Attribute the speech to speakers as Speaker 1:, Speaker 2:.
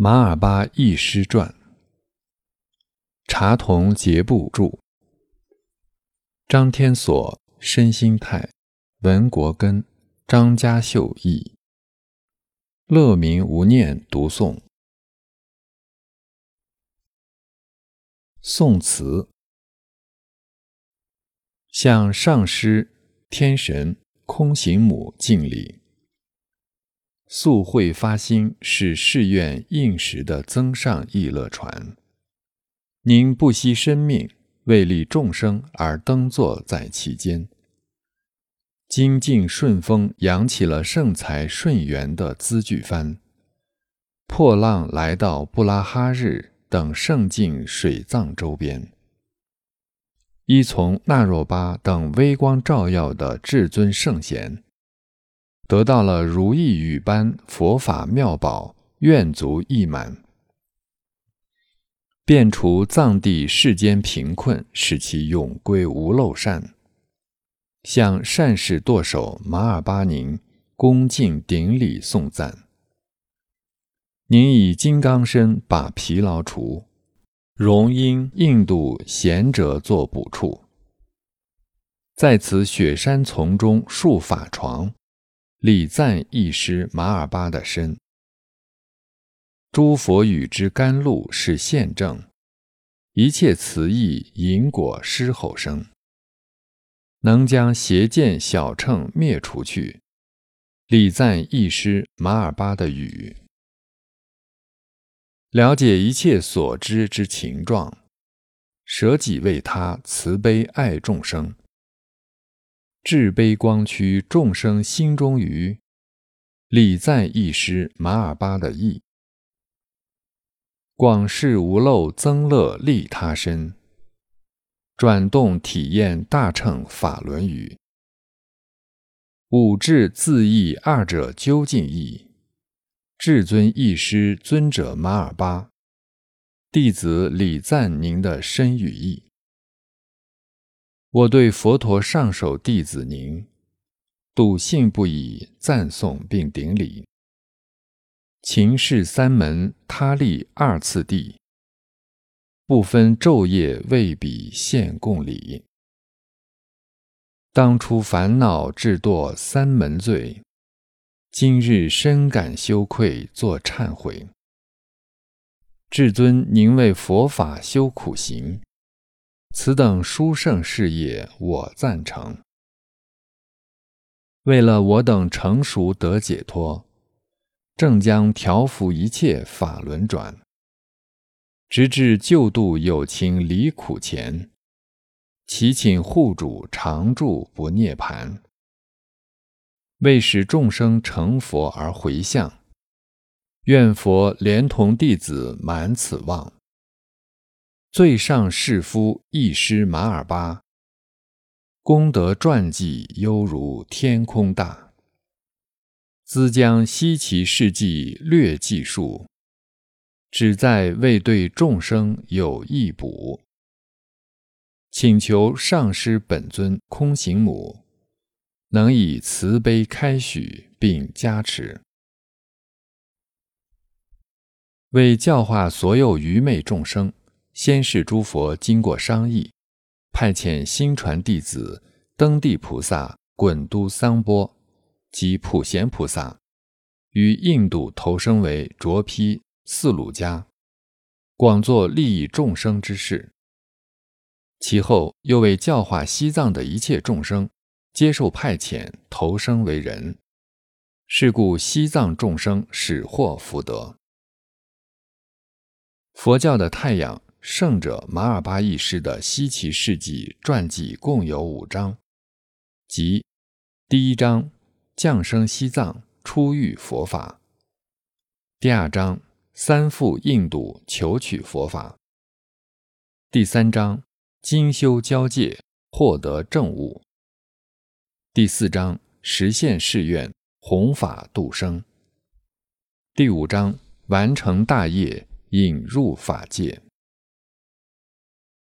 Speaker 1: 马尔巴义师传，查同节部注，张天所、申兴泰、文国根、张家秀译，乐民无念读诵。宋词，向上师、天神、空行母敬礼。素会发心是誓愿应时的增上意乐船，您不惜生命，为利众生而登坐在其间。精进顺风扬起了圣才顺源的资具帆，破浪来到布拉哈日等圣境水藏周边，依从那若巴等微光照耀的至尊圣贤，得到了如意雨般佛法妙宝，愿足意满，便除藏地世间贫困，使其永归无漏善。向善士舵手马尔巴宁恭敬顶礼颂赞。您以金刚身把疲劳除，容因印度贤者作补处，在此雪山丛中树法床，礼赞义师马尔巴的身。诸佛语之甘露是现证，一切词义因果狮吼声，能将邪见小乘灭除去，礼赞义师马尔巴的语。了解一切所知之情状，舍己为他慈悲爱众生，至悲光驱众生心中余，礼赞义师马尔巴的意。广世无漏增乐利他身，转动体验大乘法轮语。五智自义二者究竟义，至尊义师尊者马尔巴，弟子礼赞您的身语意。我对佛陀上首弟子您，笃信不已赞颂并顶礼。秦氏三门他立二次第，不分昼夜为彼献供礼。当初烦恼至堕三门罪，今日深感羞愧作忏悔。至尊您为佛法修苦行，此等殊胜事业我赞成。为了我等成熟得解脱，正将调伏一切法轮转，直至救度有情离苦前，祈请护主常住不涅槃。为使众生成佛而回向，愿佛连同弟子满此望。最上士夫义师马尔巴，功德传记犹如天空大，兹将悉其事迹略记述，只在为对众生有益补。请求上师本尊空行母，能以慈悲开许并加持，为教化所有愚昧众生，先是诸佛经过商议，派遣新传弟子登地菩萨、滚都桑波及普贤菩萨，于印度投生为卓毗四鲁迦，广作利益众生之事。其后又为教化西藏的一切众生，接受派遣投生为人，是故西藏众生始获福德。佛教的太阳圣者马尔巴义师的稀奇事迹传记共有5章，即第1章降生西藏初遇佛法，第2章三赴印度求取佛法，第3章精修交界获得正悟，第4章实现誓愿弘法度生，第5章完成大业引入法界。